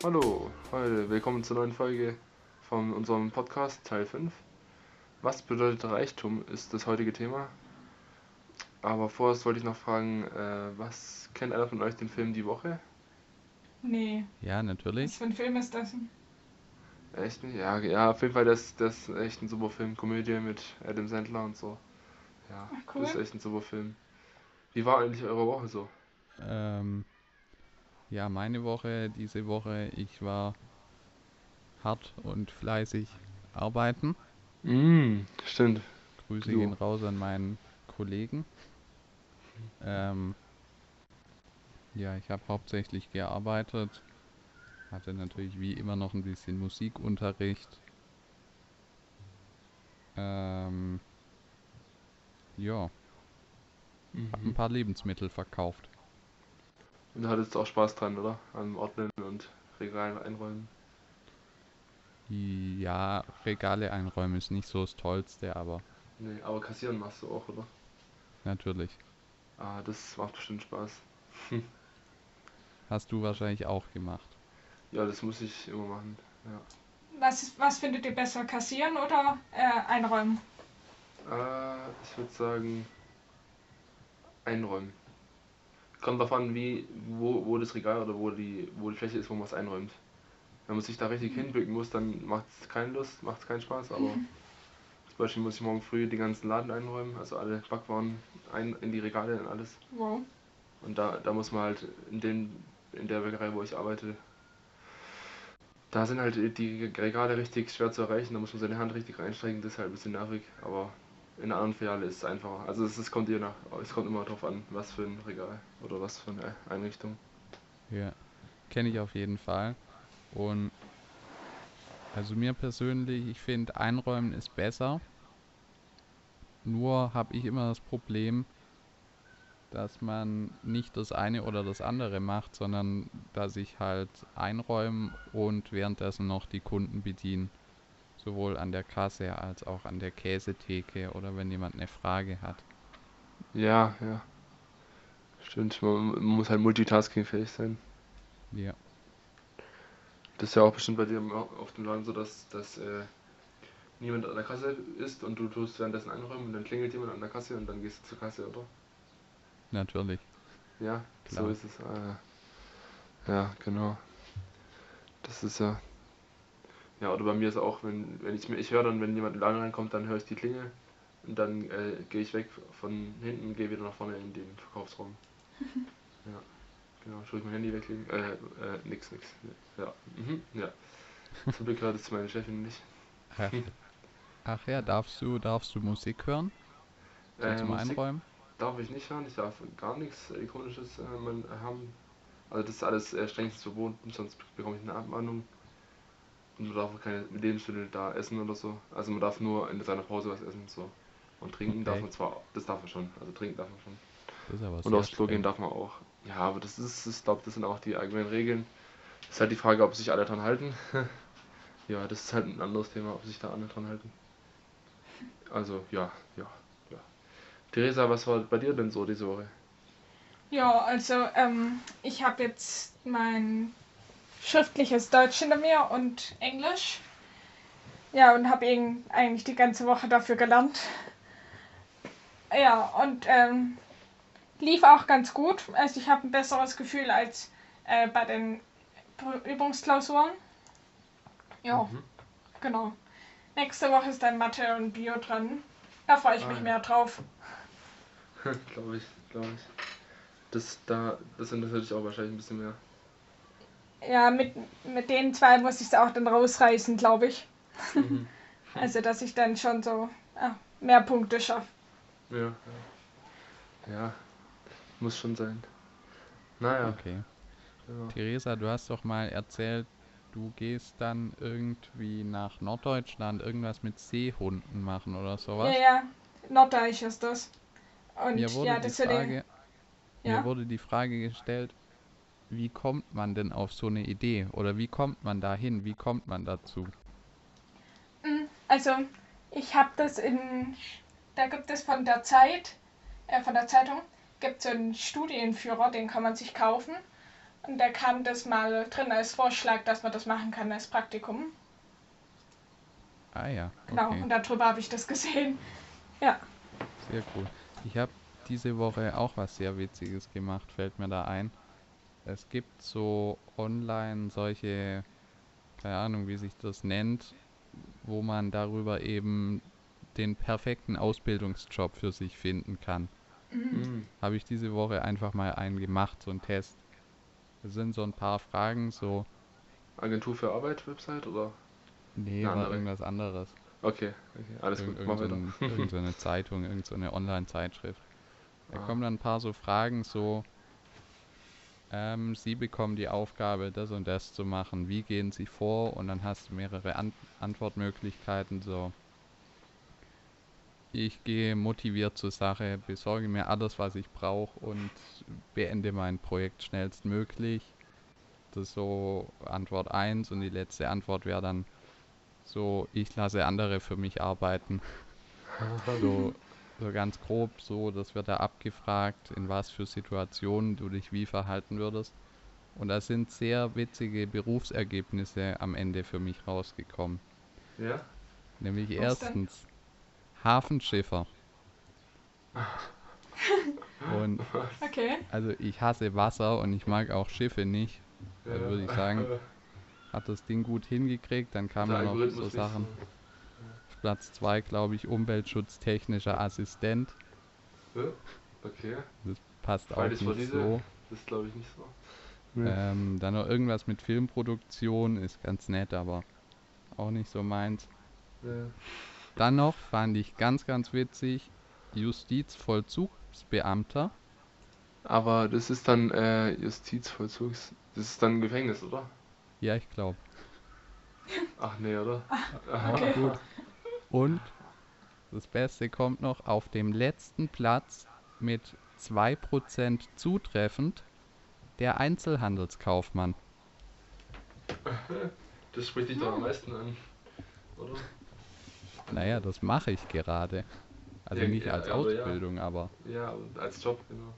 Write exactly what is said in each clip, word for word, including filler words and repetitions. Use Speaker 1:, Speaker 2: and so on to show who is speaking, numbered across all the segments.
Speaker 1: Hallo, heute willkommen zur neuen Folge von unserem Podcast Teil fünf. Was bedeutet Reichtum ist das heutige Thema. Aber vorerst wollte ich noch fragen, äh, was kennt einer von euch den Film Die Woche?
Speaker 2: Nee,
Speaker 3: Ja,
Speaker 2: was
Speaker 3: natürlich.
Speaker 2: für ein Film ist das?
Speaker 1: Echt nicht? Ja, ja, auf jeden Fall, das, das ist echt ein super Film. Komödie mit Adam Sandler und so. Ja,
Speaker 2: Ach,
Speaker 1: das
Speaker 2: cool.
Speaker 1: ist echt ein super Film. Wie war eigentlich eure Woche so?
Speaker 3: Ähm, ja, meine Woche, diese Woche, ich war hart und fleißig arbeiten.
Speaker 1: Mm, stimmt.
Speaker 3: Grüße gehen
Speaker 1: Du.
Speaker 3: raus an meinen Kollegen. Ähm, ja, ich habe hauptsächlich gearbeitet, hatte natürlich wie immer noch ein bisschen Musikunterricht. Ähm, ja, habe ein
Speaker 1: Mhm.
Speaker 3: paar Lebensmittel verkauft.
Speaker 1: Und du hattest auch Spaß dran, oder? Am Ordnen und Regalen einräumen.
Speaker 3: Ja, Regale einräumen ist nicht so das Tollste, aber
Speaker 1: Nee, aber kassieren machst du auch, oder?
Speaker 3: natürlich.
Speaker 1: Ah, das macht bestimmt Spaß.
Speaker 3: Hast du wahrscheinlich auch gemacht.
Speaker 1: Ja, das muss ich immer machen. Ja.
Speaker 2: Was, was findet ihr besser, kassieren oder äh, einräumen?
Speaker 1: Äh, ich würde sagen, einräumen. Kommt davon an, wie, wo, wo das Regal oder wo die, wo die Fläche ist, wo man es einräumt. Wenn man sich da richtig hinbücken muss, dann macht es keine Lust, macht es keinen Spaß, aber zum Beispiel muss ich morgen früh den ganzen Laden einräumen, also alle Backwaren ein, in die Regale und alles.
Speaker 2: Wow.
Speaker 1: Und da, da muss man halt in, den, in der Bäckerei, wo ich arbeite, da sind halt die Regale richtig schwer zu erreichen, da muss man seine Hand richtig reinstrecken, das ist halt ein bisschen nervig, aber in einer anderen Filiale ist es einfacher. Also es, es kommt je nach, es kommt immer darauf an, was für ein Regal oder was für eine Einrichtung.
Speaker 3: Ja, kenne ich auf jeden Fall. Und also mir persönlich, ich finde, einräumen ist besser. Nur habe ich immer das Problem, dass man nicht das eine oder das andere macht, sondern dass ich halt einräumen und währenddessen noch die Kunden bedienen. Sowohl an der Kasse als auch an der Käsetheke oder wenn jemand eine Frage hat.
Speaker 1: Ja, ja, stimmt. Man, man muss halt multitaskingfähig sein.
Speaker 3: Ja,
Speaker 1: Das ist ja auch bestimmt bei dir auf dem Laden so, dass, dass äh, niemand an der Kasse ist und du tust währenddessen einräumen und dann klingelt jemand an der Kasse und dann gehst du zur Kasse, oder?
Speaker 3: natürlich,
Speaker 1: Ja, so
Speaker 3: klar.
Speaker 1: ist es. Äh, ja, genau. Das ist ja. Ja, oder bei mir ist auch, wenn, wenn ich mir, ich höre dann, wenn jemand in den Laden reinkommt, dann höre ich die Klingel und dann äh, gehe ich weg von hinten und gehe wieder nach vorne in den Verkaufsraum. Ja, genau. Soll ich mein Handy weglegen? Äh, äh, nix, nix. Ja, mhm, ja. Zum Glück hört es meine Chefin nicht.
Speaker 3: Ach, ach ja, darfst du, darfst du Musik hören? So
Speaker 1: Äh,
Speaker 3: zum
Speaker 1: Musik
Speaker 3: Einräumen?
Speaker 1: darf ich nicht hören, ich darf gar nichts Elektronisches äh, man, haben. Also das ist alles äh, strengstens verboten, sonst bekomme ich eine Abmahnung. Und man darf auch keine Lebensmittel da essen oder so. Also man darf nur in seiner Pause was essen so. Und trinken darf
Speaker 3: Okay,
Speaker 1: man zwar, das darf man schon, also trinken darf man schon.
Speaker 3: das ist aber
Speaker 1: Und
Speaker 3: sehr
Speaker 1: aufs Klo gehen
Speaker 3: streng.
Speaker 1: darf man auch. Ja, aber das ist, ich glaube, das sind auch die allgemeinen Regeln. Ist halt die Frage, ob sich alle dran halten. Ja, das ist halt ein anderes Thema, ob sich da alle dran halten. Also, ja, ja, ja. Theresa, was war bei dir denn so diese Woche?
Speaker 2: Ja, also ähm, ich habe jetzt mein schriftliches Deutsch hinter mir und Englisch. Ja, und habe eigentlich die ganze Woche dafür gelernt. Ja, und ähm, lief auch ganz gut. Also ich habe ein besseres Gefühl als äh, bei den Übungsklausuren. Ja,
Speaker 1: Mhm.
Speaker 2: genau. Nächste Woche ist dann Mathe und Bio dran. Da freue ich
Speaker 1: Ah
Speaker 2: mich
Speaker 1: ja,
Speaker 2: mehr drauf.
Speaker 1: glaube ich, glaube ich. Das, da, das interessiert dich auch wahrscheinlich ein bisschen mehr.
Speaker 2: Ja, mit, mit den zwei muss ich es auch dann rausreißen, glaube ich.
Speaker 1: Mhm.
Speaker 2: Also, dass ich dann schon so ja, mehr Punkte schaffe.
Speaker 1: Ja, ja, ja, muss schon sein. Naja,
Speaker 3: Okay.
Speaker 1: ja.
Speaker 3: Theresa, du hast doch mal erzählt, du gehst dann irgendwie nach Norddeutschland irgendwas mit Seehunden machen oder
Speaker 2: Ja,
Speaker 3: sowas.
Speaker 2: ja, Norddeich ist das.
Speaker 3: Mir
Speaker 2: Und
Speaker 3: wurde
Speaker 2: ja,
Speaker 3: die
Speaker 2: das würde.
Speaker 3: Frage, mir
Speaker 2: Ja.
Speaker 3: wurde die Frage gestellt, wie kommt man denn auf so eine Idee? Oder wie kommt man dahin? Wie kommt man dazu?
Speaker 2: Mm, Also, ich habe das in. Da gibt es von der Zeit, äh, von der Zeitung, gibt es so einen Studienführer, den kann man sich kaufen. Und da kam das mal drin als Vorschlag, dass man das machen kann als Praktikum.
Speaker 3: Ah ja,
Speaker 2: Genau,
Speaker 3: okay.
Speaker 2: und darüber habe ich das gesehen. Ja.
Speaker 3: Sehr cool. Ich habe diese Woche auch was sehr Witziges gemacht, fällt mir da ein. Es gibt so online solche, keine Ahnung, wie sich das nennt, wo man darüber eben den perfekten Ausbildungsjob für sich finden kann.
Speaker 1: Mhm.
Speaker 3: Habe ich diese Woche einfach mal einen gemacht, so einen Test. Es sind so ein paar Fragen, so,
Speaker 1: Agentur für Arbeit, Website oder
Speaker 3: nee,
Speaker 1: eine
Speaker 3: war
Speaker 1: andere?
Speaker 3: irgendwas anderes.
Speaker 1: Okay, okay, alles gut,
Speaker 3: Irgend, irgend,
Speaker 1: mach
Speaker 3: so
Speaker 1: weiter.
Speaker 3: ein, irgend so eine Zeitung, irgend so eine Online-Zeitschrift. Da
Speaker 1: Ah,
Speaker 3: kommen dann ein paar so Fragen, so, ähm, Sie bekommen die Aufgabe, das und das zu machen. Wie gehen Sie vor? Und dann hast du mehrere An Antwortmöglichkeiten, so, ich gehe motiviert zur Sache, besorge mir alles, was ich brauche und beende mein Projekt schnellstmöglich. Das ist so Antwort eins und die letzte Antwort wäre dann so, ich lasse andere für mich arbeiten. So, so ganz grob, so, das wird da abgefragt, in was für Situationen du dich wie verhalten würdest. Und da sind sehr witzige Berufsergebnisse am Ende für mich rausgekommen.
Speaker 1: ja?
Speaker 3: Nämlich
Speaker 2: Was denn?
Speaker 3: erstens Hafenschiffer. Und
Speaker 1: Was?
Speaker 2: Okay.
Speaker 3: also ich hasse Wasser und ich mag auch Schiffe nicht. Also würde ich sagen,
Speaker 1: Ja.
Speaker 3: hat das Ding gut hingekriegt. Dann kamen
Speaker 1: Der
Speaker 3: da noch so
Speaker 1: Algorithmus nicht so.
Speaker 3: Sachen. Auf Platz zwei glaube ich, umweltschutztechnischer Assistent.
Speaker 1: Ja? Okay.
Speaker 3: Das passt auch
Speaker 1: Fridays for
Speaker 3: nicht
Speaker 1: Diesel,
Speaker 3: so.
Speaker 1: das ist glaube ich nicht so. Nee.
Speaker 3: Ähm, dann noch irgendwas mit Filmproduktion, ist ganz nett, aber auch nicht so meins.
Speaker 1: Ja.
Speaker 3: Dann noch fand ich ganz, ganz witzig, Justizvollzugsbeamter.
Speaker 1: Aber das ist dann äh, Justizvollzugs. Das ist dann Gefängnis, oder?
Speaker 3: Ja, ich glaube.
Speaker 1: Ach nee, oder?
Speaker 2: Okay.
Speaker 3: Gut. Und das Beste kommt noch auf dem letzten Platz mit zwei Prozent zutreffend der Einzelhandelskaufmann.
Speaker 1: Das spricht dich doch am meisten an, oder?
Speaker 3: Naja, das mache ich gerade. Also
Speaker 1: Ja,
Speaker 3: nicht als
Speaker 1: ja, oder ja.
Speaker 3: Ausbildung, aber
Speaker 1: Ja, und als Job, genau.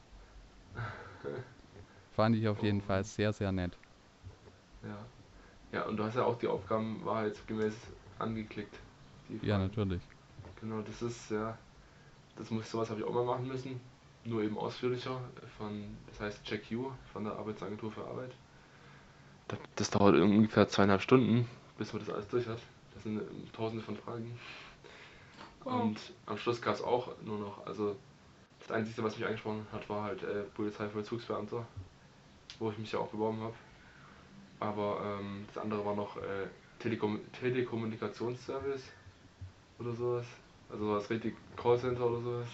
Speaker 3: fand ich auf
Speaker 1: Oh
Speaker 3: jeden Fall
Speaker 1: Mann.
Speaker 3: sehr, sehr nett.
Speaker 1: Ja. Ja, und du hast ja auch die Aufgaben wahrheitsgemäß angeklickt, die
Speaker 3: Ja,
Speaker 1: Fragen.
Speaker 3: natürlich.
Speaker 1: Genau, das ist ja, das muss sowas habe ich auch mal machen müssen, nur eben ausführlicher von, das heißt Check U von der Arbeitsagentur für Arbeit. Das, das dauert ungefähr zweieinhalb Stunden, bis man das alles durch hat. Das sind ähm, tausende von Fragen.
Speaker 2: Wow.
Speaker 1: Und am Schluss gab es auch nur noch, also das Einzige, was mich angesprochen hat, war halt äh, Polizeivollzugsbeamter, wo ich mich ja auch beworben habe. Aber ähm, das andere war noch äh, Telekom Telekommunikationsservice oder sowas. Also sowas richtig Callcenter oder sowas.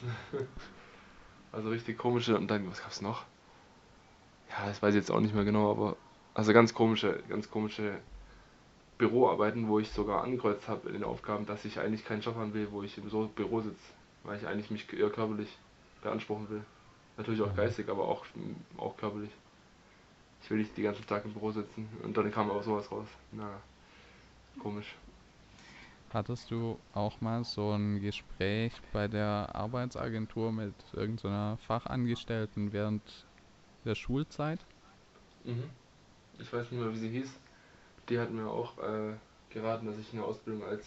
Speaker 1: Also richtig komische und dann, was gab's noch? Ja, das weiß ich jetzt auch nicht mehr genau, aber also ganz komische, ganz komische Büroarbeiten, wo ich sogar angekreuzt habe in den Aufgaben, dass ich eigentlich keinen Job haben will, wo ich im so Büro sitze, weil ich eigentlich mich eher körperlich beanspruchen will. Natürlich auch
Speaker 3: Mhm.
Speaker 1: geistig, aber auch, auch körperlich. Ich will nicht den ganzen Tag im Büro sitzen und dann kam auch sowas raus. Na, komisch.
Speaker 3: Hattest du auch mal so ein Gespräch bei der Arbeitsagentur mit irgendeiner Fachangestellten während der Schulzeit?
Speaker 1: Mhm. Ich weiß nicht mehr, wie sie hieß. Die hat mir auch äh, geraten, dass ich eine Ausbildung als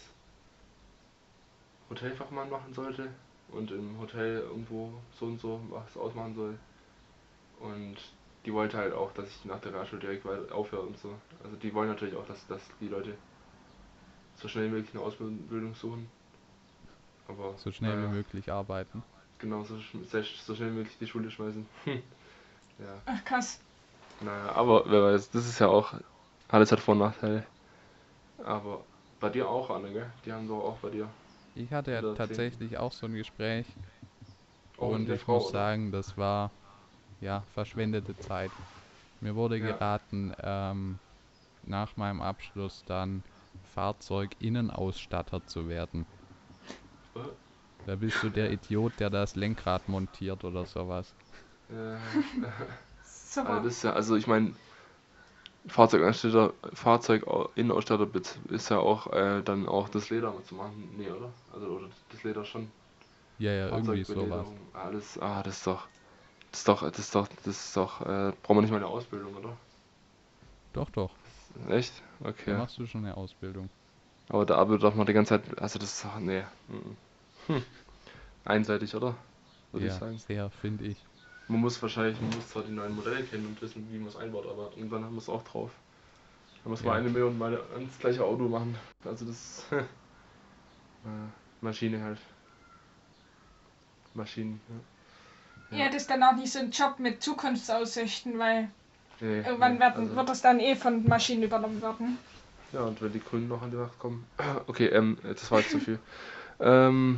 Speaker 1: Hotelfachmann machen sollte und im Hotel irgendwo so und so was ausmachen soll. Und die wollte halt auch, dass ich nach der Realschule direkt weiter aufhöre und so. Also die wollen natürlich auch, dass, dass die Leute so schnell wie möglich eine Ausbildung suchen. Aber
Speaker 3: So schnell wie
Speaker 1: naja,
Speaker 3: möglich arbeiten?
Speaker 1: genau, so, so schnell wie möglich die Schule schmeißen. Ja,
Speaker 2: Ach krass.
Speaker 1: naja, aber wer weiß, das ist ja auch, alles hat Vor- und Nachteile. Aber bei dir auch, Anne, gell? Die haben doch auch bei dir
Speaker 3: Ich hatte ja
Speaker 1: in der zehnten.
Speaker 3: tatsächlich auch so ein Gespräch
Speaker 1: Auch mit
Speaker 3: und
Speaker 1: der
Speaker 3: ich
Speaker 1: Frau,
Speaker 3: muss
Speaker 1: oder?
Speaker 3: sagen, das war ja verschwendete Zeit. Mir wurde
Speaker 1: Ja.
Speaker 3: geraten, ähm, nach meinem Abschluss dann Fahrzeuginnenausstatter zu werden.
Speaker 1: Äh,
Speaker 3: Da bist du der
Speaker 1: Ja.
Speaker 3: Idiot, der das Lenkrad montiert oder sowas.
Speaker 1: Ja. Also
Speaker 2: Super.
Speaker 1: das ist ja, also ich meine, Fahrzeugausstatter, Fahrzeuginnenausstatter ist ja auch äh, dann auch das Leder zu machen. Nee, oder? Also oder das Leder schon.
Speaker 3: Ja, ja, irgendwie sowas.
Speaker 1: Fahrzeugbelederung, alles, ah, das ist doch, das ist doch, das ist doch, das ist doch, äh, braucht man nicht mal eine Ausbildung, oder?
Speaker 3: Doch, doch.
Speaker 1: Echt?
Speaker 3: Da
Speaker 1: Okay.
Speaker 3: machst du schon eine Ausbildung.
Speaker 1: Aber da arbeitet doch mal die ganze Zeit. Also das ist doch. Nee. mhm. Hm. Einseitig, oder? Würde ich
Speaker 3: Ja,
Speaker 1: sagen.
Speaker 3: sehr, finde ich.
Speaker 1: Man muss wahrscheinlich, man muss zwar die neuen Modelle kennen und wissen, wie man es einbaut, aber irgendwann haben wir es auch drauf. Da muss man
Speaker 3: Ja.
Speaker 1: eine Million Mal ans gleiche Auto machen. Also das. äh, Maschine halt. Maschinen, ja.
Speaker 2: Ja, das ist dann auch nicht so ein Job mit Zukunftsaussichten, weil
Speaker 1: Nee,
Speaker 2: irgendwann
Speaker 1: nee.
Speaker 2: werden,
Speaker 1: Also,
Speaker 2: wird das dann eh von Maschinen übernommen werden.
Speaker 1: ja, und wenn die Grünen noch an die Macht kommen. Okay, ähm, das war jetzt zu viel. Ähm,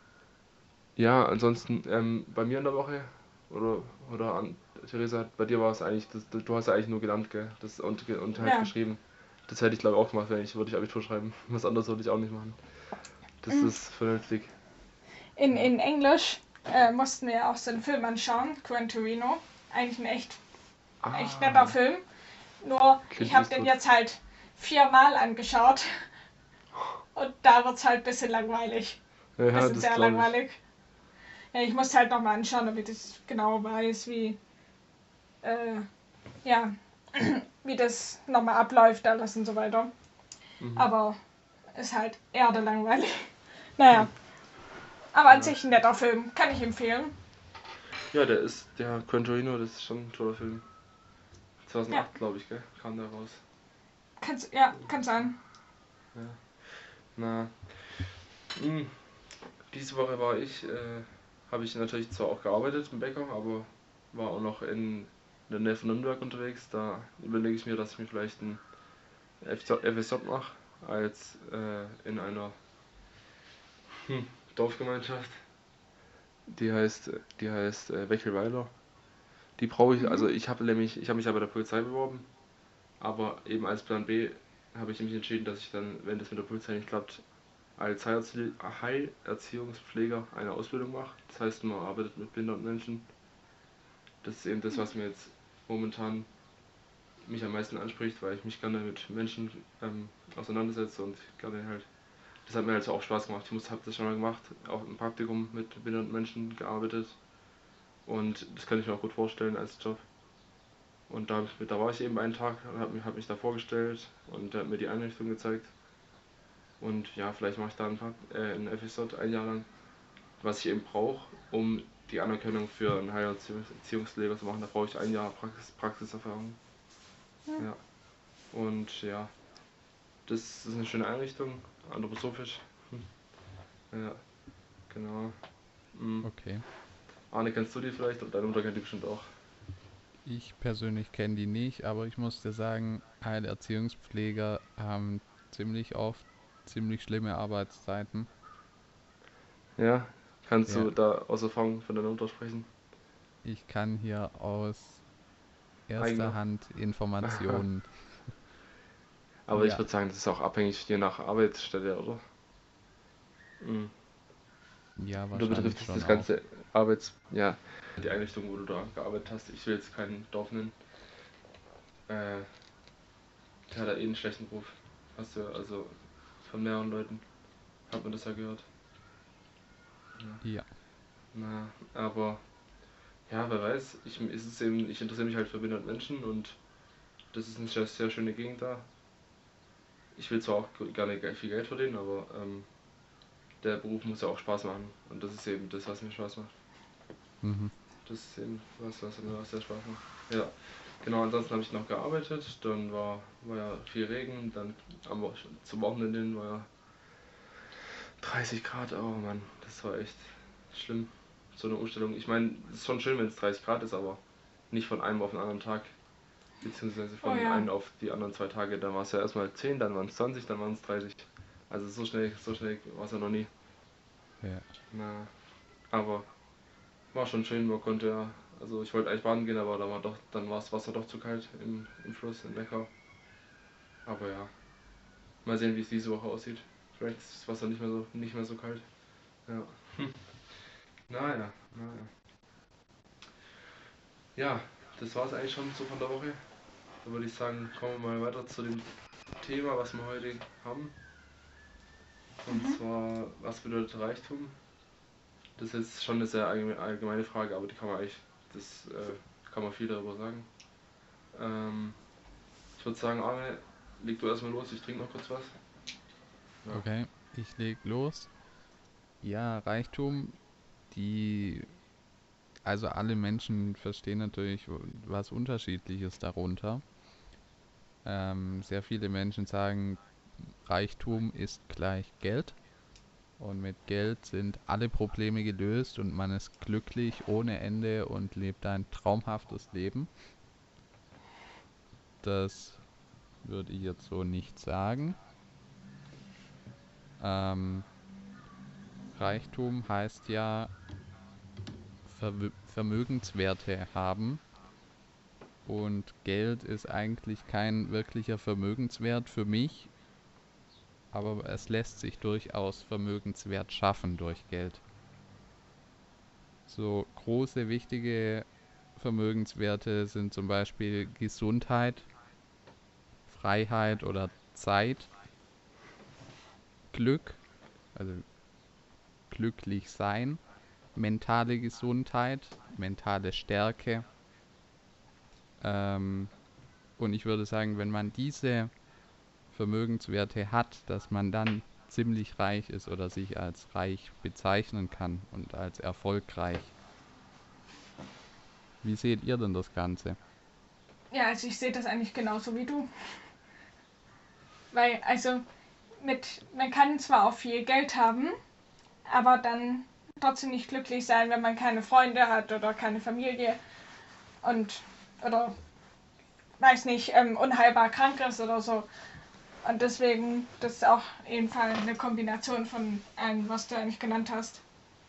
Speaker 1: ja, ansonsten, ähm, bei mir in der Woche, oder, oder an, Theresa, bei dir war es eigentlich, das, du hast ja eigentlich nur gelernt, gell? Das, und, ge- und halt
Speaker 2: Ja.
Speaker 1: geschrieben. Das hätte ich glaube ich auch gemacht, wenn ich, würde ich Abitur schreiben. Was anderes würde ich auch nicht machen. Das
Speaker 2: Mhm.
Speaker 1: ist vernünftig.
Speaker 2: In, in Englisch äh, mussten wir auch so einen Film anschauen, Gran Torino. Eigentlich ein echt, echt netter
Speaker 1: Ah,
Speaker 2: Film. Nur,
Speaker 1: Clint
Speaker 2: ich habe den
Speaker 1: Eastwood.
Speaker 2: jetzt halt viermal angeschaut und da wird es halt ein bisschen langweilig.
Speaker 1: Ja,
Speaker 2: Bisschen
Speaker 1: das
Speaker 2: sehr
Speaker 1: glaube ich.
Speaker 2: langweilig. Ja, ich muss halt nochmal anschauen, damit ich genau weiß, wie, äh, ja, wie das nochmal abläuft, alles und so weiter.
Speaker 1: Mhm.
Speaker 2: Aber ist halt eher langweilig. Naja, aber an
Speaker 1: Ja.
Speaker 2: sich ein netter Film, kann ich empfehlen.
Speaker 1: Ja, der ist, der Gran Torino, das ist schon ein toller Film. zweitausendacht,
Speaker 2: Ja.
Speaker 1: glaube ich, gell? Kam der raus.
Speaker 2: Kann's, ja, kann sein.
Speaker 1: Ja. Na, mh, diese Woche war ich, äh, habe ich natürlich zwar auch gearbeitet im Bäcker, aber war auch noch in der Nähe von Nürnberg unterwegs. Da überlege ich mir, dass ich mir vielleicht ein F S J mache, als äh, in einer hm, Dorfgemeinschaft. Die heißt, die heißt äh, Weckelweiler. Die brauche ich, also
Speaker 2: Mhm.
Speaker 1: ich habe nämlich, ich habe mich ja bei der Polizei beworben, aber eben als Plan B habe ich mich entschieden, dass ich dann, wenn das mit der Polizei nicht klappt, als Heilerzie Heilerziehungspfleger eine Ausbildung mache. Das heißt, man arbeitet mit behinderten Menschen. Das ist eben das, was mir jetzt momentan mich am meisten anspricht, weil ich mich gerne mit Menschen ähm, auseinandersetze und gerne halt. Das hat mir halt auch Spaß gemacht. Ich habe das schon mal gemacht, auch im Praktikum mit behinderten Menschen gearbeitet und das kann ich mir auch gut vorstellen als Job. Und da, da war ich eben einen Tag und habe mich, hab mich da vorgestellt und der hat mir die Einrichtung gezeigt. Und ja, vielleicht mache ich da ein, Prakt äh, ein F S J ein Jahr lang, was ich eben brauche, um die Anerkennung für einen Heilerziehungspfleger zu machen. Da brauche ich ein Jahr Praxis, Praxiserfahrung.
Speaker 2: Ja.
Speaker 1: Ja. Und ja, das ist eine schöne Einrichtung, anthroposophisch. Hm. Ja, genau. Mhm.
Speaker 3: Okay.
Speaker 1: Arne, kennst du die vielleicht? Oder deine Mutter kennt die bestimmt auch.
Speaker 3: Ich persönlich kenne die nicht, aber ich muss dir sagen, Heilerziehungspfleger haben ziemlich oft ziemlich schlimme Arbeitszeiten.
Speaker 1: Ja, kannst
Speaker 3: Ja,
Speaker 1: du da aus Erfahrung von deiner Mutter sprechen?
Speaker 3: ich kann hier aus erster
Speaker 1: Eigener.
Speaker 3: Hand Informationen.
Speaker 1: Aber ich
Speaker 3: Ja,
Speaker 1: würde sagen, das ist auch abhängig je nach Arbeitsstelle, oder? Mhm.
Speaker 3: ja,
Speaker 1: Oder betrifft
Speaker 3: wahrscheinlich
Speaker 1: es
Speaker 3: schon
Speaker 1: das
Speaker 3: auch.
Speaker 1: ganze Arbeits... Ja, die Einrichtung, wo du da gearbeitet hast. Ich will jetzt kein Dorf nennen. Äh, der hat da eh einen schlechten Ruf. Hast du, also von mehreren Leuten hat man das ja gehört. Ja.
Speaker 3: Ja,
Speaker 1: Na, aber ja, wer weiß. Ich, ist es eben, ich interessiere mich halt für behinderte Menschen und das ist eine sehr, sehr schöne Gegend da. Ich will zwar auch gerne ge- viel Geld verdienen, aber ähm, der Beruf muss ja auch Spaß machen. Und das ist eben das, was mir Spaß macht.
Speaker 3: mhm.
Speaker 1: Das ist eben was, was mir auch sehr Spaß macht. Ja, genau, ansonsten habe ich noch gearbeitet, dann war, war ja viel Regen, dann am, Wo- zum Wochenende hin war ja dreißig Grad, oh Mann, das war echt schlimm. So eine Umstellung. Ich meine, es ist schon schön, wenn es dreißig Grad ist, aber nicht von einem auf den anderen Tag. Beziehungsweise
Speaker 2: Oh
Speaker 1: von
Speaker 2: ja.
Speaker 1: einem auf die anderen zwei Tage. Dann war es ja erstmal zehn, dann waren es zwanzig, dann waren es dreißig. Also so schnell, so schnell war es ja noch nie.
Speaker 3: Ja,
Speaker 1: Na, aber war schon schön, man konnte ja. Also ich wollte eigentlich baden gehen, aber dann war doch, dann war das Wasser doch zu kalt im, im Fluss in Neckar. Aber ja, mal sehen, wie es diese Woche aussieht. Vielleicht ist das Wasser nicht mehr so, nicht mehr so kalt. Ja. Hm. Naja, naja. Ja, das war es eigentlich schon so von der Woche. Da würde ich sagen, kommen wir mal weiter zu dem Thema, was wir heute haben. Und
Speaker 2: Mhm.
Speaker 1: zwar, was bedeutet Reichtum? Das ist jetzt schon eine sehr allgeme- allgemeine Frage, aber die kann man eigentlich, das äh, kann man viel darüber sagen. Ähm, Ich würde sagen, Arne, leg du erstmal los, ich trinke noch kurz was. Ja.
Speaker 3: Okay, ich leg los. Ja, Reichtum, die, also alle Menschen verstehen natürlich was Unterschiedliches darunter. Ähm, sehr viele Menschen sagen, Reichtum ist gleich Geld. Und mit Geld sind alle Probleme gelöst und man ist glücklich ohne Ende und lebt ein traumhaftes Leben. Das würde ich jetzt so nicht sagen. Ähm, Reichtum heißt ja Verw- Vermögenswerte haben. Und Geld ist eigentlich kein wirklicher Vermögenswert für mich, aber es lässt sich durchaus Vermögenswert schaffen durch Geld. So große, wichtige Vermögenswerte sind zum Beispiel Gesundheit, Freiheit oder Zeit, Glück, also glücklich sein, mentale Gesundheit, mentale Stärke. Ähm, und ich würde sagen, wenn man diese Vermögenswerte hat, dass man dann ziemlich reich ist oder sich als reich bezeichnen kann und als erfolgreich. Wie seht ihr denn das Ganze?
Speaker 2: Ja, also ich sehe das eigentlich genauso wie du. Weil, also, mit, man kann zwar auch viel Geld haben, aber dann trotzdem nicht glücklich sein, wenn man keine Freunde hat oder keine Familie und, oder, weiß nicht, ähm, unheilbar krank ist oder so. Und deswegen, das ist auch ebenfalls eine Kombination von allem, was du eigentlich genannt hast.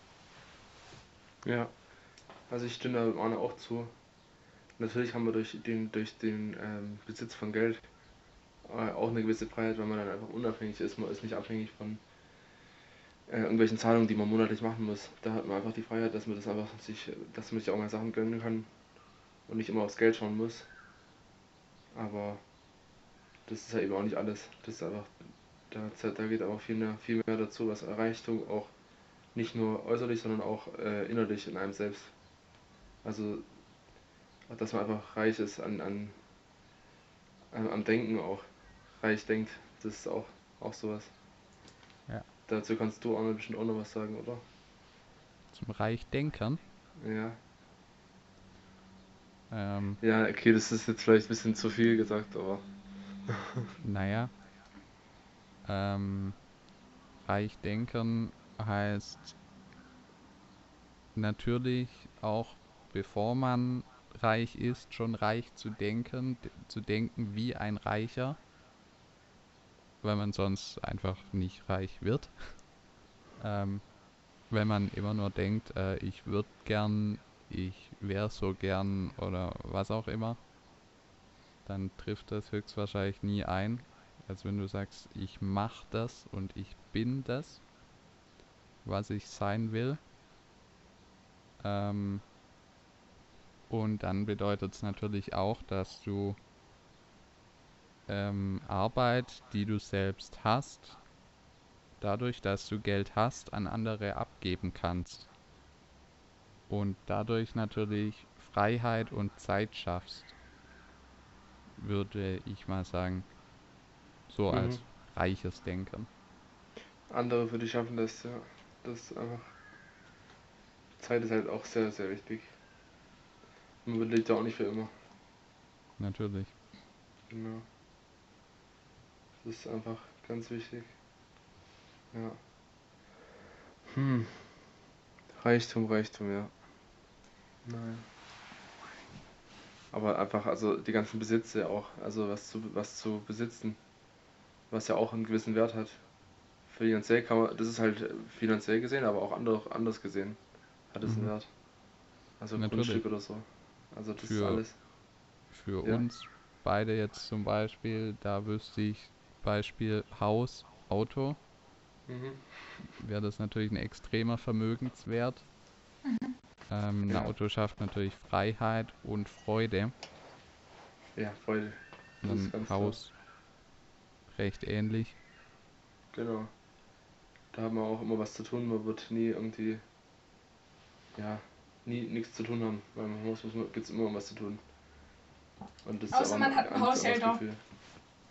Speaker 1: Ja, also ich stimme da Arne auch zu. Natürlich haben wir durch den, durch den ähm, Besitz von Geld äh, auch eine gewisse Freiheit, weil man dann einfach unabhängig ist. Man ist nicht abhängig von äh, irgendwelchen Zahlungen, die man monatlich machen muss. Da hat man einfach die Freiheit, dass man das einfach sich, dass man sich auch mal Sachen gönnen kann und nicht immer aufs Geld schauen muss. Aber das ist ja eben auch nicht alles. Das ist einfach, da, da geht aber viel mehr, viel mehr dazu, was Reichtum auch nicht nur äußerlich, sondern auch äh, innerlich in einem selbst. Also, dass man einfach reich ist an, an, an am Denken auch. Reich denkt, das ist auch, auch sowas.
Speaker 3: Ja.
Speaker 1: Dazu kannst du Arne bestimmt auch noch was sagen, oder?
Speaker 3: Zum Reichdenken?
Speaker 1: Ja.
Speaker 3: Ähm,
Speaker 1: Ja, okay, das ist jetzt vielleicht ein bisschen zu viel gesagt, aber.
Speaker 3: naja, ähm, Reichdenken heißt natürlich auch, bevor man reich ist, schon reich zu denken, d- zu denken wie ein Reicher, weil man sonst einfach nicht reich wird. Ähm, wenn man immer nur denkt, äh, ich würde gern, ich wäre so gern oder was auch immer, dann trifft das höchstwahrscheinlich nie ein. Als wenn du sagst, ich mach das und ich bin das, was ich sein will. Ähm, und dann bedeutet es natürlich auch, dass du ähm, Arbeit, die du selbst hast, dadurch, dass du Geld hast, an andere abgeben kannst. Und dadurch natürlich Freiheit und Zeit schaffst, würde ich mal sagen, so
Speaker 1: Mhm.
Speaker 3: als reiches Denken.
Speaker 1: Andere für dich schaffen das, ja. Das ist einfach. Zeit ist halt auch sehr, sehr wichtig. Man lebt ja auch nicht für immer.
Speaker 3: Natürlich.
Speaker 1: Genau. Das ist einfach ganz wichtig. Ja. Hm. Reichtum, Reichtum, ja. Nein. Aber einfach, also die ganzen Besitze auch, also was zu, was zu besitzen, was ja auch einen gewissen Wert hat. Finanziell kann man, das ist halt finanziell gesehen, aber auch andere, anders gesehen hat es einen
Speaker 3: Mhm.
Speaker 1: Wert. Also
Speaker 3: Natürlich.
Speaker 1: Grundstück oder so. Also das ist
Speaker 3: Für,
Speaker 1: alles.
Speaker 3: für
Speaker 1: Ja.
Speaker 3: uns beide jetzt zum Beispiel, da wüsste ich Beispiel Haus, Auto,
Speaker 1: Mhm.
Speaker 3: wäre das natürlich ein extremer Vermögenswert. Ähm, ein
Speaker 1: Ja.
Speaker 3: Auto schafft natürlich Freiheit und Freude.
Speaker 1: Ja, voll. Das ist
Speaker 3: Ein
Speaker 1: ganz klar.
Speaker 3: Haus recht ähnlich.
Speaker 1: Genau. Da hat man auch immer was zu tun. Man wird nie irgendwie, ja, nie nichts zu tun haben. Weil im Haus gibt es immer was zu tun. Und das ist
Speaker 2: Außer
Speaker 1: aber
Speaker 2: man
Speaker 1: ein
Speaker 2: hat einen
Speaker 1: ganz anderes
Speaker 2: Haushälter.
Speaker 1: Gefühl.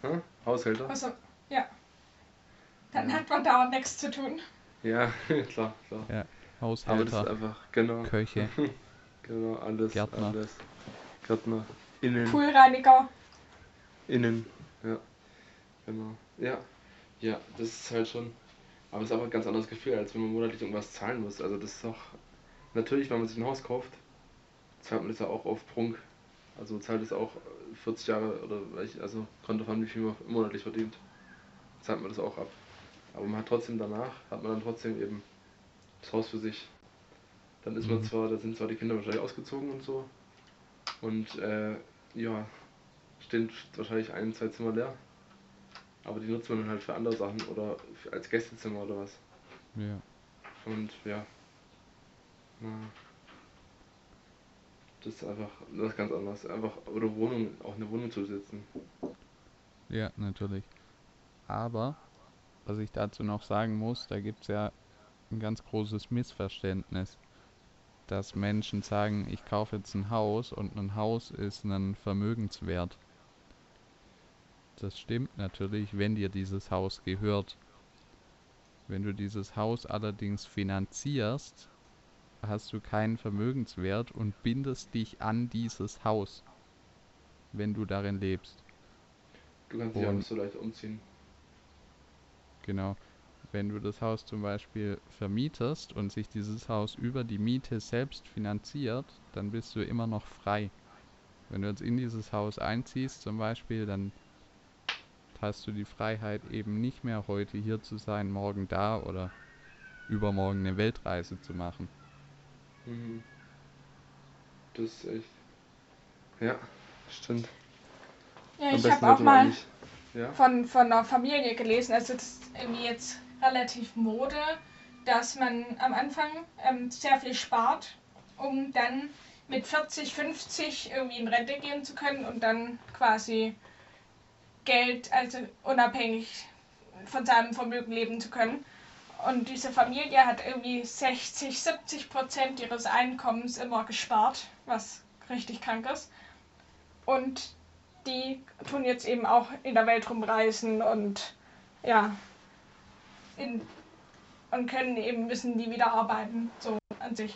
Speaker 1: Hä? Haushälter?
Speaker 2: Also, ja, dann
Speaker 1: Ja.
Speaker 2: hat man da auch nichts zu tun.
Speaker 1: Ja, klar, klar.
Speaker 3: Ja,
Speaker 1: Aber das ist
Speaker 3: Haushälter,
Speaker 1: einfach, genau.
Speaker 3: Köche,
Speaker 1: Genau, alles,
Speaker 3: Gärtner.
Speaker 1: alles. Gärtner. Innen,
Speaker 2: Poolreiniger.
Speaker 1: innen, ja, genau. Ja, ja, das ist halt schon. Aber es ist aber ein ganz anderes Gefühl, als wenn man monatlich irgendwas zahlen muss. Also das ist doch. Natürlich, wenn man sich ein Haus kauft, zahlt man das ja auch auf Prunk. Also zahlt es auch vierzig Jahre oder welch, also kommt davon, wie viel man monatlich verdient, zahlt man das auch ab. Aber man hat trotzdem danach, hat man dann trotzdem eben das Haus für sich. Dann ist man
Speaker 3: Mhm.
Speaker 1: zwar, da sind zwar die Kinder wahrscheinlich ausgezogen und so. Und äh, ja, stehen wahrscheinlich ein, zwei Zimmer leer. Aber die nutzt man dann halt für andere Sachen oder für, als Gästezimmer oder was.
Speaker 3: Ja.
Speaker 1: Und ja, na, das ist einfach was ganz anderes. Einfach, oder Wohnung, auch eine Wohnung zu besitzen.
Speaker 3: Ja, natürlich. Aber, was ich dazu noch sagen muss, da gibt es ja ein ganz großes Missverständnis, dass Menschen sagen, ich kaufe jetzt ein Haus und ein Haus ist ein Vermögenswert. Das stimmt natürlich, wenn dir dieses Haus gehört. Wenn du dieses Haus allerdings finanzierst, hast du keinen Vermögenswert und bindest dich an dieses Haus, wenn du darin lebst.
Speaker 1: Du kannst dich auch
Speaker 3: Und
Speaker 1: nicht so leicht umziehen.
Speaker 3: genau, wenn du das Haus zum Beispiel vermietest und sich dieses Haus über die Miete selbst finanziert, dann bist du immer noch frei. Wenn du jetzt in dieses Haus einziehst zum Beispiel, dann hast du die Freiheit eben nicht mehr heute hier zu sein, morgen da oder übermorgen eine Weltreise zu machen.
Speaker 1: Mhm. Das ist echt. Ja, stimmt.
Speaker 2: Ja,
Speaker 1: Am
Speaker 2: ich
Speaker 1: besten
Speaker 2: habe auch
Speaker 1: sollte man
Speaker 2: mal
Speaker 1: eigentlich. Ja?
Speaker 2: von, von einer Familie gelesen, also das ist irgendwie jetzt relativ Mode, dass man am Anfang ähm, sehr viel spart, um dann mit vierzig, fünfzig irgendwie in Rente gehen zu können und dann quasi Geld, also unabhängig von seinem Vermögen leben zu können. Und diese Familie hat irgendwie sechzig, siebzig Prozent ihres Einkommens immer gespart, was richtig krank ist. Und die tun jetzt eben auch in der Welt rumreisen und ja, in, und können eben, müssen die wieder arbeiten, so an sich.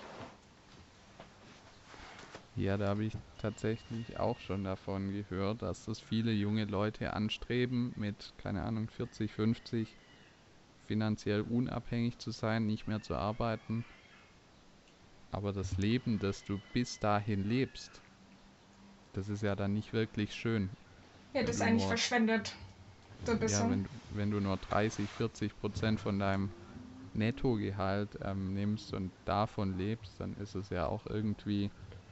Speaker 3: Ja, da habe ich tatsächlich auch schon davon gehört, dass das viele junge Leute anstreben, mit, keine Ahnung, vierzig, fünfzig finanziell unabhängig zu sein, nicht mehr zu arbeiten. Aber das Leben, das du bis dahin lebst, das ist ja dann nicht wirklich schön.
Speaker 2: Ja,
Speaker 3: Wenn
Speaker 2: das ist
Speaker 3: du
Speaker 2: eigentlich
Speaker 3: nur,
Speaker 2: verschwendet, so ein
Speaker 3: ja,
Speaker 2: bisschen.
Speaker 3: wenn, wenn du nur dreißig, vierzig Prozent von deinem Nettogehalt ähm, nimmst und davon lebst, dann ist es ja auch irgendwie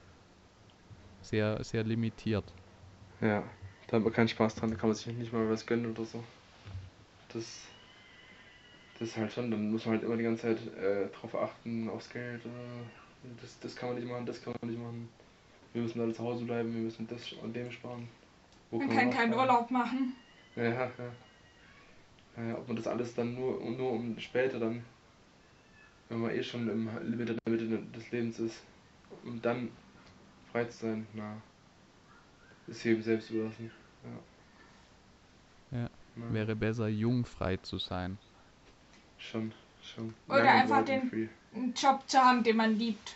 Speaker 3: sehr, sehr limitiert.
Speaker 1: Ja. Da hat man keinen Spaß dran, da kann man sich nicht mal was gönnen oder so. Das, das ist halt schon, dann muss man halt immer die ganze Zeit äh, drauf achten, aufs Geld. Äh, das, das kann man nicht machen, das kann man nicht machen. Wir müssen alle zu Hause bleiben, wir müssen das und dem sparen. Wo
Speaker 2: Man
Speaker 1: kann man
Speaker 2: kann
Speaker 1: noch
Speaker 2: keinen
Speaker 1: sparen?
Speaker 2: Urlaub machen.
Speaker 1: Ja, ja. Ja, ob man das alles dann nur, nur um später dann, wenn man eh schon im Mitte, Mitte des Lebens ist, um dann frei zu sein, na, ist jedem selbst überlassen. Ja,
Speaker 3: Ja,
Speaker 1: na,
Speaker 3: wäre besser, jung frei zu sein.
Speaker 1: schon, schon.
Speaker 2: Oder
Speaker 1: Young and
Speaker 2: einfach
Speaker 1: old and
Speaker 2: den
Speaker 1: free.
Speaker 2: einen Job zu haben, den man liebt.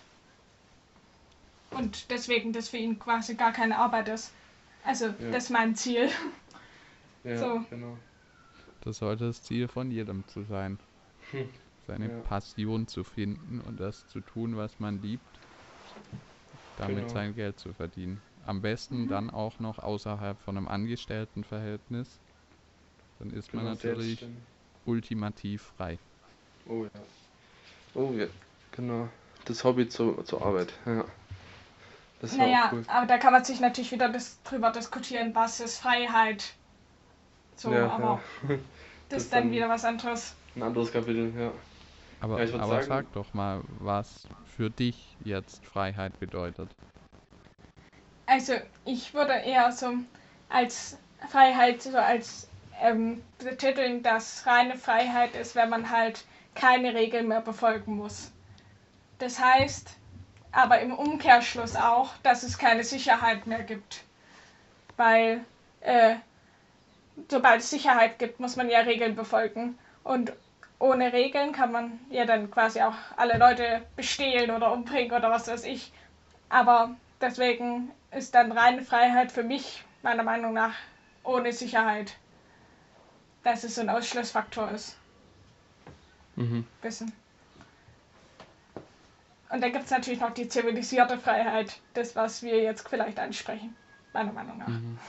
Speaker 2: Und deswegen das für ihn quasi gar keine Arbeit ist. Also,
Speaker 1: Ja.
Speaker 2: das ist mein Ziel.
Speaker 1: Ja,
Speaker 2: So.
Speaker 1: genau.
Speaker 3: Das sollte das Ziel von jedem zu sein,
Speaker 1: Hm.
Speaker 3: seine
Speaker 1: Ja.
Speaker 3: Passion zu finden und das zu tun, was man liebt, damit
Speaker 1: Genau.
Speaker 3: sein Geld zu verdienen. Am besten
Speaker 2: Mhm.
Speaker 3: dann auch noch außerhalb von einem Angestelltenverhältnis. Dann ist man
Speaker 1: Genau,
Speaker 3: natürlich
Speaker 1: selbstständig.
Speaker 3: ultimativ frei.
Speaker 1: Oh ja. Oh ja, genau. Das Hobby zur, zur Arbeit, ja. Das wäre auch
Speaker 2: Naja,
Speaker 1: cool.
Speaker 2: aber da kann man sich natürlich wieder das, drüber diskutieren, was ist Freiheit. So,
Speaker 1: Ja,
Speaker 2: aber
Speaker 1: ja.
Speaker 2: das,
Speaker 1: Das
Speaker 2: ist dann
Speaker 1: dann-
Speaker 2: wieder was anderes.
Speaker 1: Ein anderes Kapitel, ja.
Speaker 3: Aber,
Speaker 1: Ja, ich würd
Speaker 3: aber
Speaker 1: sagen-
Speaker 3: sag doch mal, was für dich jetzt Freiheit bedeutet.
Speaker 2: Also, ich würde eher so als Freiheit, so als ähm, betiteln, dass reine Freiheit ist, wenn man halt keine Regeln mehr befolgen muss. Das heißt, aber im Umkehrschluss auch, dass es keine Sicherheit mehr gibt. Weil äh, sobald es Sicherheit gibt, muss man ja Regeln befolgen. Und ohne Regeln kann man ja dann quasi auch alle Leute bestehlen oder umbringen oder was weiß ich. Aber deswegen ist dann reine Freiheit für mich, meiner Meinung nach, ohne Sicherheit. Dass es so ein Ausschlussfaktor ist.
Speaker 1: Mhm.
Speaker 2: Wissen. Und dann gibt es natürlich noch die zivilisierte Freiheit, das, was wir jetzt vielleicht ansprechen, meiner Meinung nach.
Speaker 1: Mhm.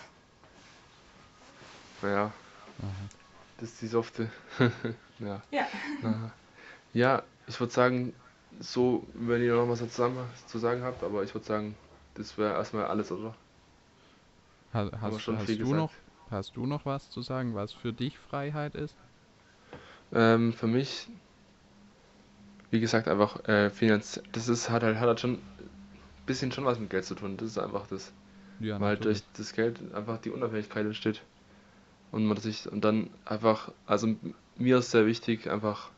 Speaker 1: Naja,
Speaker 3: Aha.
Speaker 1: das ist die softe. Ja.
Speaker 2: Ja.
Speaker 1: Na, ja, ich würde sagen, so, wenn ihr noch was zusammen zu sagen habt, aber ich würde sagen, das wäre erstmal alles, oder?
Speaker 3: Ha-
Speaker 1: Haben wir
Speaker 3: Hast,
Speaker 1: schon viel
Speaker 3: hast du
Speaker 1: gesagt.
Speaker 3: noch, hast du noch was zu sagen, was für dich Freiheit ist?
Speaker 1: Ähm, für mich, wie gesagt, einfach äh, finanziell, das ist, hat halt, hat halt schon ein bisschen schon was mit Geld zu tun. Das ist einfach das.
Speaker 3: Ja,
Speaker 1: Weil
Speaker 3: natürlich.
Speaker 1: durch das Geld einfach die Unabhängigkeit entsteht. Und man sich, und dann einfach, also m- mir ist sehr wichtig, einfach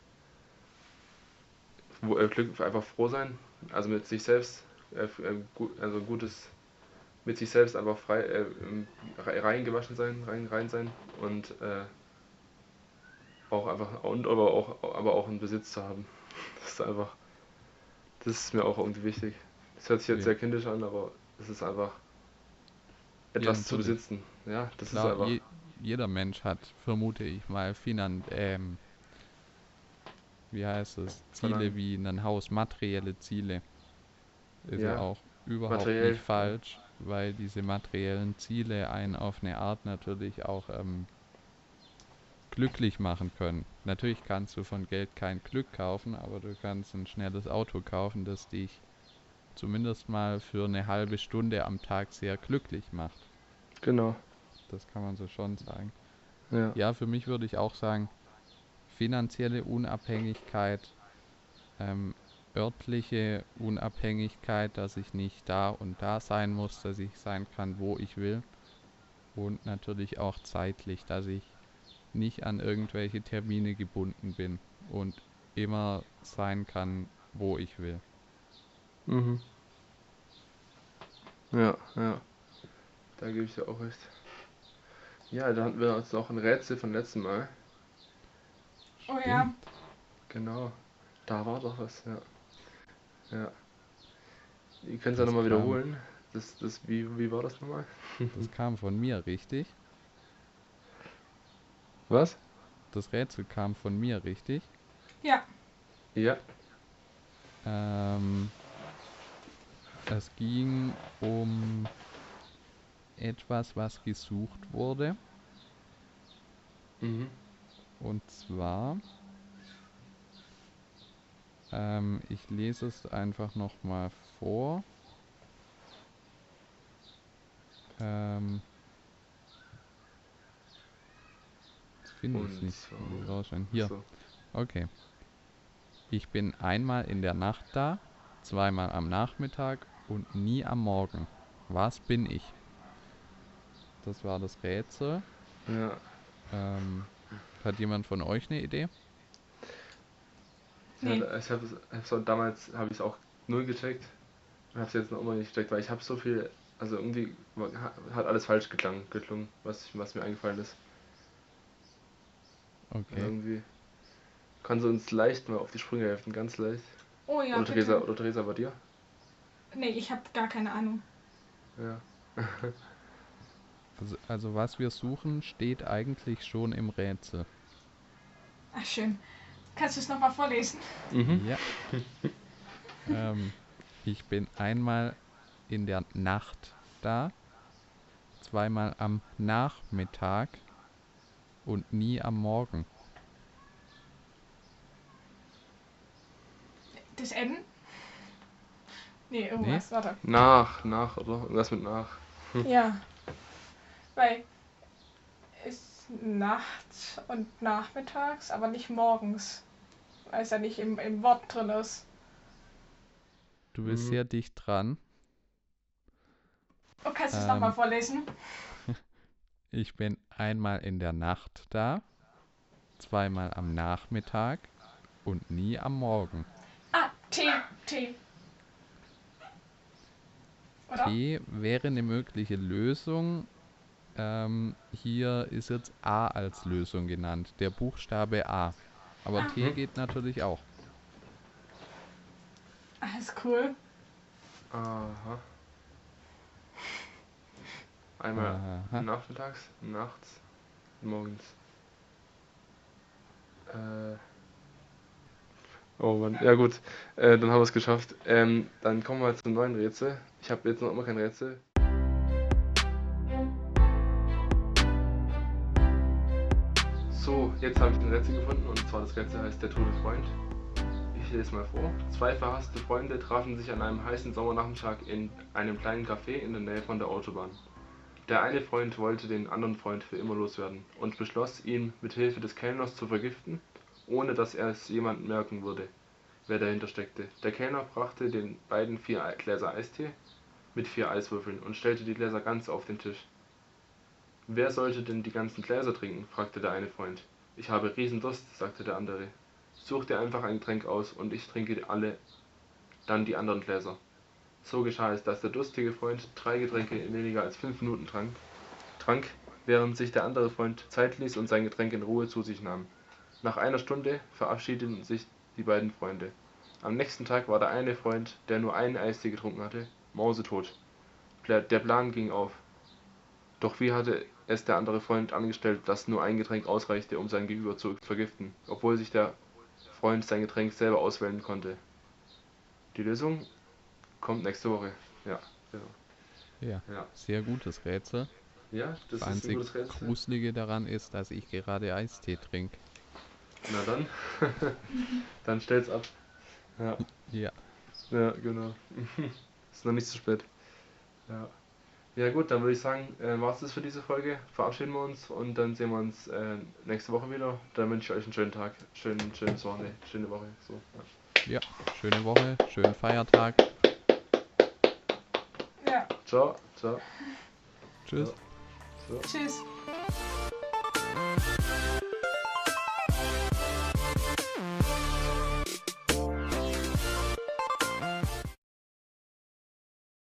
Speaker 1: wo, äh, Glück, einfach froh sein. Also mit sich selbst, äh, f- äh, gu- also gutes, mit sich selbst einfach frei, äh, im- rei- reingewaschen sein, rein, rein sein und äh, auch einfach, und aber auch, aber auch einen Besitz zu haben. Das ist einfach, das ist mir auch irgendwie wichtig. Das hört sich jetzt
Speaker 3: Ja,
Speaker 1: sehr kindisch an, aber es ist einfach
Speaker 3: ja,
Speaker 1: etwas zu
Speaker 3: natürlich.
Speaker 1: besitzen. Ja, das ist
Speaker 3: Klar,
Speaker 1: einfach,
Speaker 3: je, jeder Mensch hat, vermute ich mal, Finan ähm, wie heißt es, Ziele
Speaker 1: verlangen.
Speaker 3: wie ein Haus, materielle Ziele. Ist ja
Speaker 1: Ja,
Speaker 3: auch überhaupt nicht
Speaker 1: materiell, ja.
Speaker 3: falsch, weil diese materiellen Ziele einen auf eine Art natürlich auch ähm, glücklich machen können. Natürlich kannst du von Geld kein Glück kaufen, aber du kannst ein schnelles Auto kaufen, das dich zumindest mal für eine halbe Stunde am Tag sehr glücklich macht.
Speaker 1: Genau.
Speaker 3: Das kann man so schon sagen.
Speaker 1: Ja.
Speaker 3: Ja, für mich würde ich auch sagen, finanzielle Unabhängigkeit, ähm, örtliche Unabhängigkeit, dass ich nicht da und da sein muss, dass ich sein kann, wo ich will. Und natürlich auch zeitlich, dass ich nicht an irgendwelche Termine gebunden bin und immer sein kann, wo ich will.
Speaker 1: Mhm. Ja, ja. Da gebe ich dir auch recht. Ja, da hatten wir uns noch ein Rätsel von letztem Mal.
Speaker 2: Oh ja.
Speaker 3: Stimmt.
Speaker 1: Genau. Da war doch was, ja. Ja. Ihr könnt es ja
Speaker 3: Das
Speaker 1: nochmal
Speaker 3: kam,
Speaker 1: wiederholen. Das, das, wie, wie war das nochmal?
Speaker 3: das kam von mir, richtig?
Speaker 1: Was?
Speaker 3: Das Rätsel kam von mir, richtig?
Speaker 2: Ja.
Speaker 1: Ja.
Speaker 3: Ähm, es ging um etwas, was gesucht wurde.
Speaker 1: Mhm.
Speaker 3: Und zwar, ähm, ich lese es einfach nochmal vor. Ähm, jetzt finde ich es
Speaker 1: Und
Speaker 3: nicht.
Speaker 1: zwar.
Speaker 3: Muss ich rausstellen. Hier.
Speaker 1: Achso.
Speaker 3: Okay. Ich bin einmal in der Nacht da, zweimal am Nachmittag und nie am Morgen. Was bin ich? Das war das Rätsel.
Speaker 1: Ja.
Speaker 3: Ähm, hat jemand von euch eine Idee?
Speaker 1: Ich habe
Speaker 2: Nee.
Speaker 1: ich hab, es- so, damals habe ich es auch null gecheckt und habe es jetzt noch immer nicht gecheckt, weil ich habe so viel. Also irgendwie war- ha- hat alles falsch geklang, geklungen, was, ich, was mir eingefallen ist. Also
Speaker 3: Okay.
Speaker 1: irgendwie. Kannst du uns leicht mal auf die Sprünge helfen, ganz leicht.
Speaker 2: Oh ja,
Speaker 1: Oder Theresa,
Speaker 2: bitte.
Speaker 1: oder Theresa bei dir?
Speaker 2: Nee, ich habe gar keine Ahnung.
Speaker 1: Ja.
Speaker 3: Also, also was wir suchen, steht eigentlich schon im Rätsel.
Speaker 2: Ach, schön. Kannst du es nochmal vorlesen?
Speaker 1: Mhm.
Speaker 3: Ja. Ähm, ich bin einmal in der Nacht da, zweimal am Nachmittag und nie am Morgen.
Speaker 2: Das N? Nee,
Speaker 3: Nee?
Speaker 2: irgendwas. Warte.
Speaker 1: Nach, nach, oder? Irgendwas mit nach.
Speaker 2: Ja. Weil ist nachts und nachmittags, aber nicht morgens. Weil es ja nicht im, im Wort drin ist.
Speaker 3: Du bist
Speaker 1: Mhm.
Speaker 3: sehr dicht dran.
Speaker 2: Oh, kannst du es nochmal
Speaker 3: Ähm,
Speaker 2: vorlesen?
Speaker 3: ich bin einmal in der Nacht da, zweimal am Nachmittag und nie am Morgen.
Speaker 2: Ah, T, T, oder?
Speaker 3: T wäre eine mögliche Lösung, Ähm, hier ist jetzt A als Lösung genannt. Der Buchstabe A. Aber
Speaker 2: Ah.
Speaker 3: T geht natürlich auch.
Speaker 2: Alles cool.
Speaker 1: Aha. Einmal
Speaker 3: Aha.
Speaker 1: nachmittags, nachts, morgens. Äh. Oh Mann, ja gut, äh, dann haben wir es geschafft. Ähm, dann kommen wir zum neuen Rätsel. Ich habe jetzt noch immer kein Rätsel. So, jetzt habe ich ein Rätsel gefunden und zwar das Rätsel heißt Der tote Freund. Ich lese mal vor. Zwei verhasste Freunde trafen sich an einem heißen Sommernachmittag in einem kleinen Café in der Nähe von der Autobahn. Der eine Freund wollte den anderen Freund für immer loswerden und beschloss, ihn mit Hilfe des Kellners zu vergiften, ohne dass er es jemandem merken würde, wer dahinter steckte. Der Kellner brachte den beiden vier Gläser Eistee mit vier Eiswürfeln und stellte die Gläser ganz auf den Tisch. Wer sollte denn die ganzen Gläser trinken? Fragte der eine Freund. Ich habe Riesendurst, sagte der andere. Such dir einfach ein Getränk aus und ich trinke alle dann die anderen Gläser. So geschah es, dass der durstige Freund drei Getränke in weniger als fünf Minuten trank, trank, während sich der andere Freund Zeit ließ und sein Getränk in Ruhe zu sich nahm. Nach einer Stunde verabschiedeten sich die beiden Freunde. Am nächsten Tag war der eine Freund, der nur einen Eistee getrunken hatte, mausetot. Der Plan ging auf. Doch wie hatte es der andere Freund angestellt, dass nur ein Getränk ausreichte, um sein Gegenüber zu vergiften, obwohl sich der Freund sein Getränk selber auswählen konnte? Die Lösung kommt nächste Woche. Ja, genau.
Speaker 3: Ja,
Speaker 1: Ja,
Speaker 3: sehr gutes Rätsel.
Speaker 1: ja das
Speaker 3: Das
Speaker 1: ist ein
Speaker 3: einzig
Speaker 1: gutes Rätsel.
Speaker 3: Gruselige daran ist, dass ich gerade Eistee trinke.
Speaker 1: Na dann, dann stell's ab. Ja,
Speaker 3: Ja,
Speaker 1: ja, genau. Ist noch nicht zu spät. Ja. Ja gut, dann würde ich sagen, äh, war es das für diese Folge. Verabschieden wir uns und dann sehen wir uns äh, nächste Woche wieder. Dann wünsche ich euch einen schönen Tag, schönen, schönes Wochenende, schöne Woche. So, ja.
Speaker 3: ja, schöne Woche, schönen Feiertag.
Speaker 2: Ja.
Speaker 1: Ciao, ciao.
Speaker 3: Tschüss.
Speaker 1: So.
Speaker 2: Tschüss.